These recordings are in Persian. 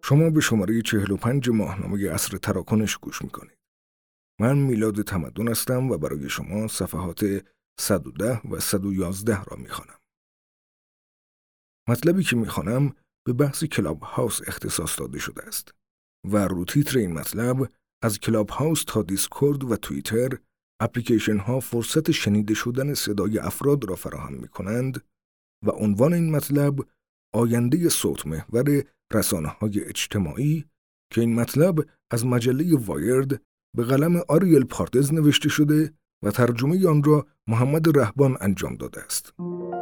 شما به شماره 45 ماهنامه عصر تراکنش گوش میکنید. من میلاد تمدن هستم و برای شما صفحات 110 و 111 را میخوانم. مطلبی که میخوانم به بحث کلاب هاوس اختصاص داده شده است و رو تیتر این مطلب از کلاب هاوس تا دیسکورد و توییتر اپلیکیشن ها فرصت شنیده شدن صدای افراد را فراهم میکنند و عنوان این مطلب آینده صوت محور رسانه‌های اجتماعی که این مطلب از مجله وایرد به قلم آریل پاردز نوشته شده و ترجمه آن را محمد رهبان انجام داده است.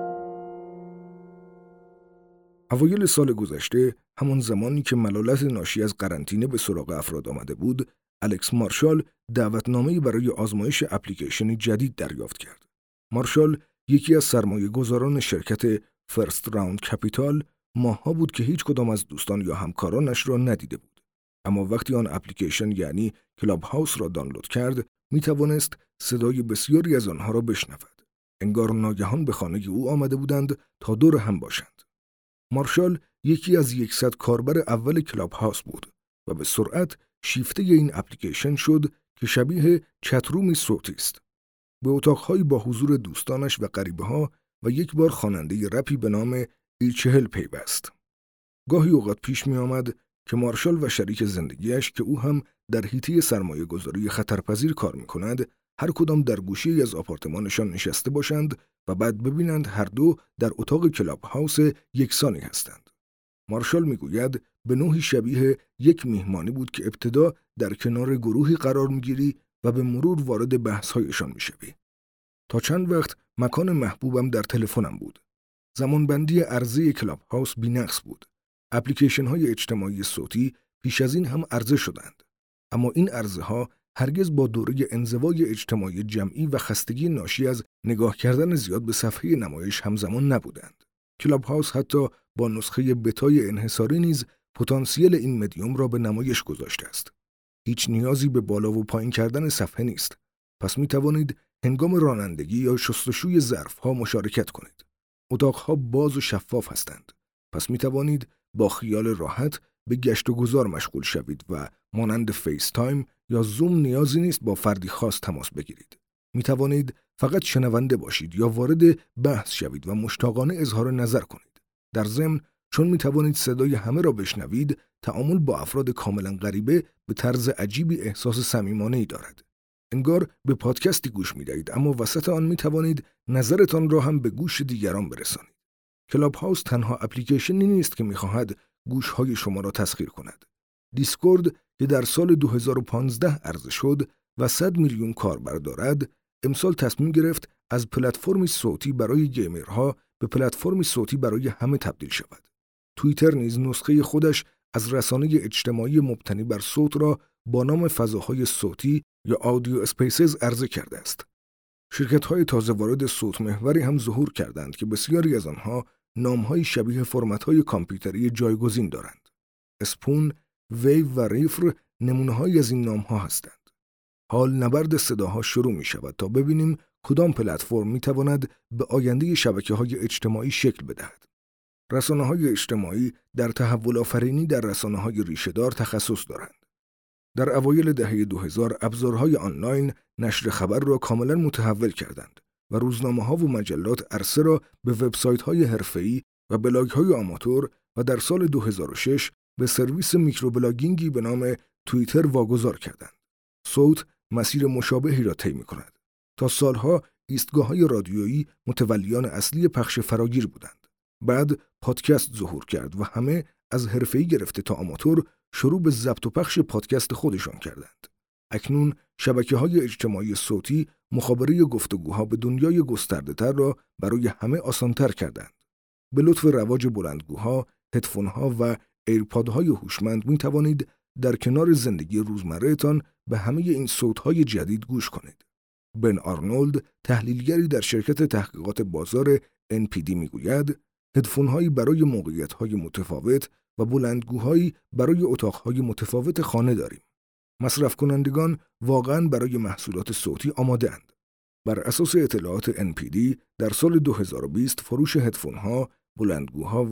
اوایل سال گذشته، همون زمانی که ملالت ناشی از قرنطینه به سراغ افراد آمده بود، الکس مارشال دعوتنامه‌ای برای آزمایش اپلیکیشنی جدید دریافت کرد. مارشال یکی از سرمایه‌گذاران شرکت فرست راوند کپیتال ماه‌ها بود که هیچ کدام از دوستان یا همکارانش را ندیده بود. اما وقتی آن اپلیکیشن یعنی کلاب هاوس را دانلود کرد، می توانست صدای بسیاری از آنها را بشنود. انگار ناگهان به خانه او آمده بودند تا دور هم باشند. مارشال یکی از 100 کاربر اول کلاب هاوس بود و به سرعت شیفته این اپلیکیشن شد که شبیه چترومی صوتی است. به اتاق‌های با حضور دوستانش و غریبه‌ها و یک بار خواننده رپی به نام ایچهل پیوست. گاهی اوقات پیش می آمد که مارشال و شریک زندگیش که او هم در حیطه سرمایه‌گذاری خطرپذیر کار می کند، هر کدام در گوشه‌ای از آپارتمانشان نشسته باشند و بعد ببینند هر دو در اتاق کلاب هاوس یکسانی هستند. مارشال می گوید به نوعی شبیه یک میهمانی بود که ابتدا در کنار گروهی قرار می گیری و به مرور وارد بحث‌هایشان می شوی. تا چند وقت مکان محبوبم در تلفنم بود. زمانبندی عرضه کلاب هاوس بی‌نقص بود. اپلیکیشن‌های اجتماعی صوتی پیش از این هم عرضه شدند. اما این عرضه‌ها هرگز با دوره انزوای اجتماعی جمعی و خستگی ناشی از نگاه کردن زیاد به صفحه نمایش همزمان نبودند. کلاب هاوس حتی با نسخه بتای انحصاری نیز پتانسیل این مدیوم را به نمایش گذاشته است. هیچ نیازی به بالا و پایین کردن صفحه نیست. پس می توانید هنگام رانندگی یا شستشوی ظرف‌ها مشارکت کنید. اتاق‌ها باز و شفاف هستند. پس می توانید با خیال راحت به گشت و گذار مشغول شوید و مانند فیس تایم یا زوم نیازی نیست با فردی خاص تماس بگیرید. می توانید فقط شنونده باشید یا وارد بحث شوید و مشتاقانه اظهار نظر کنید. در ضمن چون می توانید صدای همه را بشنوید، تعامل با افراد کاملا غریبه به طرز عجیبی احساس صمیمانه‌ای دارد. انگار به پادکستی گوش می دهید، اما وسط آن می توانید نظرتان را هم به گوش دیگران برسانید. کلاب هاوس تنها اپلیکیشنی نیست که می خواهد گوش‌های شما را تسخیر کند. دیسکورد که در سال 2015 عرضه شد و 100 میلیون کاربر دارد، امسال تصمیم گرفت از پلتفرمی صوتی برای گیمرها به پلتفرمی صوتی برای همه تبدیل شود. توییتر نیز نسخه خودش از رسانه اجتماعی مبتنی بر صوت را با نام فضاهای صوتی یا آدیو اسپیسز عرضه کرده است. شرکت‌های تازه وارد صوت محوری هم ظهور کردند که بسیاری از آنها نام‌های شبیه فرمت‌های کامپیوتری جایگزین دارند. اسپون، ویو و ریفر نمونه‌هایی از این نام‌ها هستند. حال نبرد صداها شروع می‌شود تا ببینیم کدام پلتفرم می‌تواند به آینده شبکه‌های اجتماعی شکل بدهد. رسانه‌های اجتماعی در تحول آفرینی در رسانه‌های ریشه‌دار تخصص دارند. در اوایل دهه 2000 ابزارهای آنلاین نشر خبر را کاملا متحول کردند و روزنامه‌ها و مجلات عرصه را به وبسایت‌های حرفه‌ای و بلاگ‌های آماتور و در سال 2006 به سرویس میکروبلاگینگی به نام توییتر واگذار کردند. صوت مسیر مشابهی را طی می‌کند. تا سالها ایستگاه‌های رادیویی متولیان اصلی پخش فراگیر بودند. بعد پادکست ظهور کرد و همه از حرفه‌ای گرفته تا آماتور شروع به ضبط و پخش پادکست خودشان کردند. اکنون شبکه‌های اجتماعی صوتی مخابره گفتگوها به دنیای گسترده‌تر را برای همه آسان‌تر کردند. به لطف رواج بلندگوها، هدفون‌ها و ایرپادهای هوشمند می‌توانید در کنار زندگی روزمره‌تان به همه این صوت‌های جدید گوش کنید. بن آرنولد، تحلیلگری در شرکت تحقیقات بازار NPD می‌گوید هدفون‌هایی برای موقعیت‌های متفاوت و بلندگوهایی برای اتاق‌های متفاوت خانه داریم. مصرف کنندگان واقعاً برای محصولات صوتی آماده‌اند. بر اساس اطلاعات NPD در سال 2020 فروش هدفون‌ها، بلندگوها و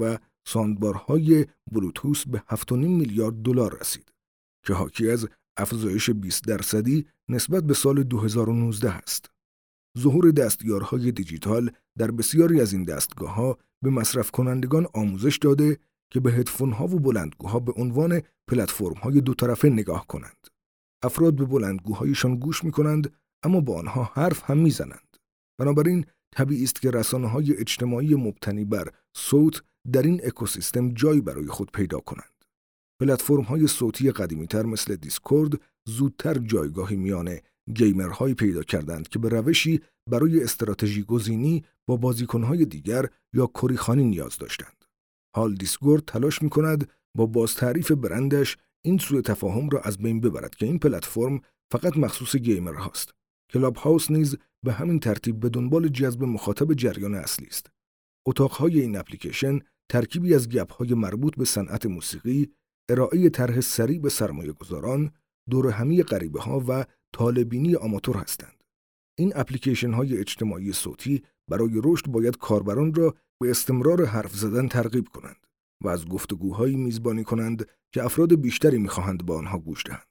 ساندبارهای بلوتوث به 7.5 میلیارد دلار رسید که حاکی از افزایش 20% نسبت به سال 2019 است. ظهور دستیارهای دیجیتال در بسیاری از این دستگاه‌ها به مصرف کنندگان آموزش داده که به هدفون‌ها و بلندگوها به عنوان پلتفرم‌های دو طرفه نگاه کنند. افراد به بلندگوهایشان گوش می‌کنند اما با آنها حرف هم می‌زنند. بنابراین طبیعی است که رسانه‌های اجتماعی مبتنی بر صوت در این اکوسیستم جایی برای خود پیدا کنند. پلتفرم‌های صوتی قدیمی‌تر مثل دیسکورد زودتر جایگاهی میان گیمرهایی پیدا کردند که به روشی برای استراتژی گزینی با بازیکن‌های دیگر یا کریخوانی نیاز داشتند. حال دیسکورد تلاش می‌کند با بازتعریف برندش این سوء تفاهم را از بین ببرد که این پلتفرم فقط مخصوص گیمرهاست. کلاب هاوس نیز به همین ترتیب به دنبال جذب مخاطب جریان اصلی است. اتاق‌های این اپلیکیشن ترکیبی از گپ‌های مربوط به صنعت موسیقی، ارائه طرح سریع به سرمایه‌گذاران، دورهمی غریبه‌ها و طالع‌بینی آماتور هستند. این اپلیکیشن‌های اجتماعی صوتی برای رشد باید کاربران را به استمرار حرف زدن ترغیب کنند و از گفتگوهایی میزبانی کنند که افراد بیشتری می‌خواهند به آنها گوش دهند.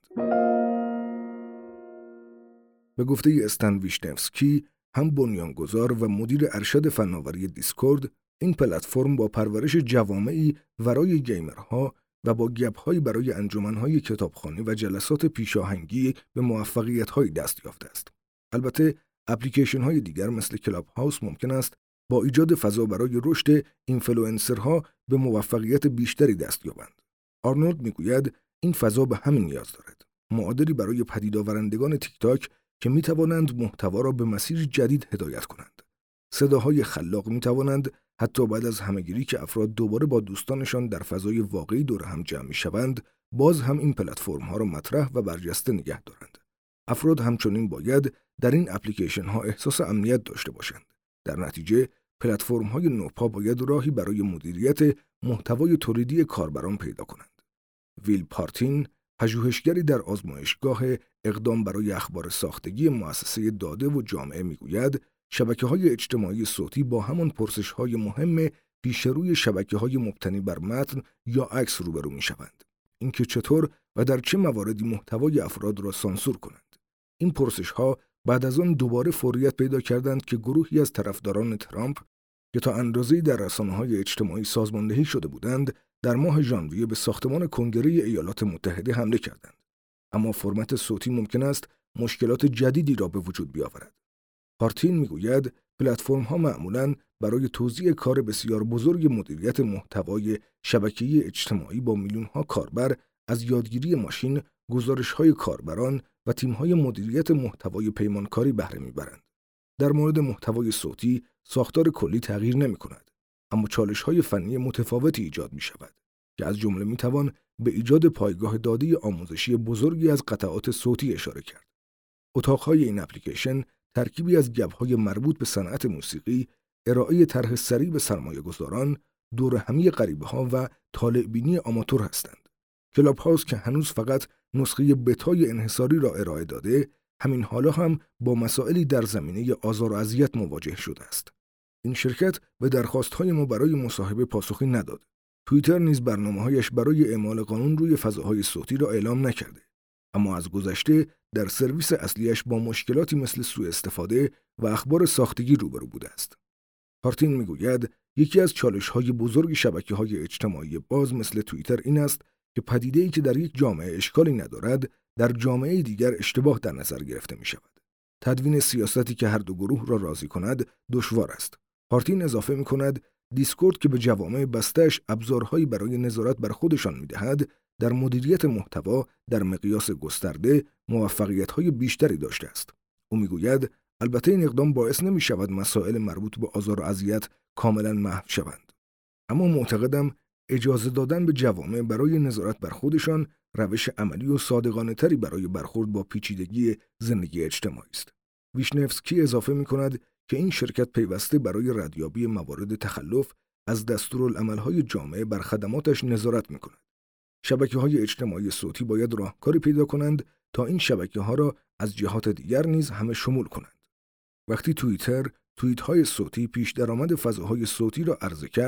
به گفته استن ویشنفسکی، هم بنیانگذار و مدیر ارشد فناوری دیسکورد، این پلتفرم با پرورش جوامعی ورای گیمرها و با گپ‌هایی برای انجمن‌های کتابخوانی و جلسات پیشاهنگی به موفقیت‌های دست یافته است. البته اپلیکیشن‌های دیگر مثل کلاب هاوس ممکن است با ایجاد فضا برای رشد اینفلوئنسرها به موفقیت بیشتری دست یابند. آرنولد میگوید این فضا به همین نیاز دارد. معادلی برای پدید آورندگان تیک تاک که می توانند محتوا را به مسیر جدید هدایت کنند. صداهای خلاق می توانند حتی بعد از همه‌گیری که افراد دوباره با دوستانشان در فضای واقعی دور هم جمع می شوند، باز هم این پلتفرم‌ها را مطرح و برجسته نگه دارند. افراد همچنین باید در این اپلیکیشن‌ها احساس امنیت داشته باشند. در نتیجه، پلتفرم‌های نوپا باید راهی برای مدیریت محتوای تولیدی کاربران پیدا کنند. ویل پارتین، پژوهشگری در آزمایشگاه اقدام برای اخبار ساختگی مؤسسه داده و جامعه میگوید شبکه‌های اجتماعی صوتی با همان پرسش‌های مهم پیش روی شبکه‌های مبتنی بر متن یا عکس روبرو می‌شوند. اینکه چطور و در چه مواردی محتوای افراد را سانسور کنند. این پرسش‌ها بعد از آن دوباره فوریت پیدا کردند که گروهی از طرفداران ترامپ که تا اندازه‌ای در رسانه‌های اجتماعی سازماندهی شده بودند، در ماه ژانویه به ساختمان کنگره ایالات متحده حمله کردند. اما فرمت صوتی ممکن است مشکلات جدیدی را به وجود بیاورد. پارتین میگوید پلتفرم‌ها معمولاً برای توزیع کار بسیار بزرگ مدیریت محتوای شبکه‌ای اجتماعی با میلیون‌ها کاربر از یادگیری ماشین، گزارش‌های کاربران و تیم‌های مدیریت محتوای پیمانکاری بهره می‌برند. در مورد محتوای صوتی، ساختار کلی تغییر نمی‌کند، اما چالش‌های فنی متفاوتی ایجاد می‌شود که از جمله می‌توان به ایجاد پایگاه داده‌ای آموزشی بزرگی از قطعات صوتی اشاره کرد. اتاق‌های این اپلیکیشن ترکیبی از گپ‌های مربوط به صنعت موسیقی، ارائه طرح سریع به سرمایه‌گذاران، دورهمی غریبه‌ها و طالع‌بینی آماتور هستند. کلاب هاوس که هنوز فقط نسخه بتای انحصاری را ارائه داده، همین حالا هم با مسائلی در زمینه آزار و اذیت مواجه شده است. این شرکت به درخواست‌های ما برای مصاحبه پاسخی نداد. توییتر نیز برنامه‌هایش برای اعمال قانون روی فضاهای صوتی را اعلام نکرده. اما از گذشته در سرویس اصلیش با مشکلاتی مثل سوء استفاده و اخبار ساختگی روبرو بوده است. پارتین میگوید یکی از چالش‌های بزرگ شبکه‌های اجتماعی باز مثل توییتر این است که پدیده‌ای که در یک جامعه اشکالی ندارد، در جامعه دیگر اشتباه در نظر گرفته می‌شود. تدوین سیاستی که هر دو گروه را راضی کند دشوار است. پارتین اضافه می‌کند دیسکورد که به جوامع بسته‌اش ابزارهایی برای نظارت بر خودشان می‌دهد، در مدیریت محتوا در مقیاس گسترده موفقیت‌های بیشتری داشته است. او می‌گوید البته این اقدام باعث نمی‌شود مسائل مربوط به آزار و اذیت کاملاً محو شوند. اما معتقدم اجازه دادن به جوامع برای نظارت بر خودشان روش عملی و صادقانه‌تری برای برخورد با پیچیدگی زندگی اجتماعی است. ویشنفسکی اضافه می‌کند که این شرکت پیوسته برای ردیابی موارد تخلف از دستورالعمل‌های جامعه بر خدماتش نظارت می‌کند. شبکه‌های اجتماعی صوتی باید راهکاری پیدا کنند تا این شبکه‌ها را از جهات دیگر نیز همه شمول کنند. وقتی توییتر توییت‌های صوتی پیش درآمد فضاهای صوتی را عرضه کرد،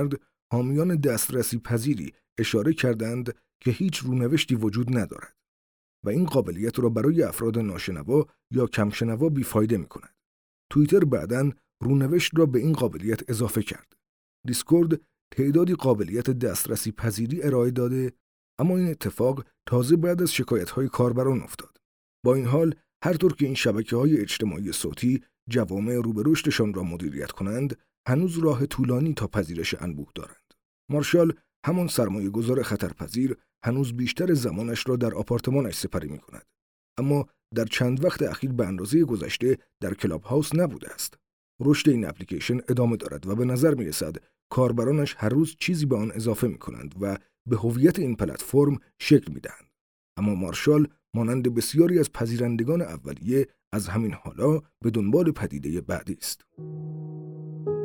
حامیان دسترسی پذیری اشاره کردند که هیچ رونوشتی وجود ندارد و این قابلیت را برای افراد ناشنوا یا کمشنوا بیفایده می کند. توییتر بعداً رونوشت را به این قابلیت اضافه کرد. دیسکورد تعدادی قابلیت دسترسی پذیری ارائه داده، اما این اتفاق تازه بعد از شکایت‌های کاربران افتاد. با این حال، هر طور که این شبکه‌های اجتماعی صوتی جوامع رو به رشدشان را مدیریت کنند، هنوز راه طولانی تا پذیرش انبوه دارند. مارشال، همان سرمایه‌گذار خطرپذیر، هنوز بیشتر زمانش را در آپارتمانش سپری می‌کند. اما در چند وقت اخیر به اندازه گذشته در کلاب هاوس نبوده است. رشد این اپلیکیشن ادامه دارد و به نظر می‌رسد کاربرانش هر روز چیزی به آن اضافه می‌کنند و به هویت این پلتفرم شکل می‌دهند. اما مارشال مانند بسیاری از پذیرندگان اولیه از همین حالا به دنبال پدیده بعدی است.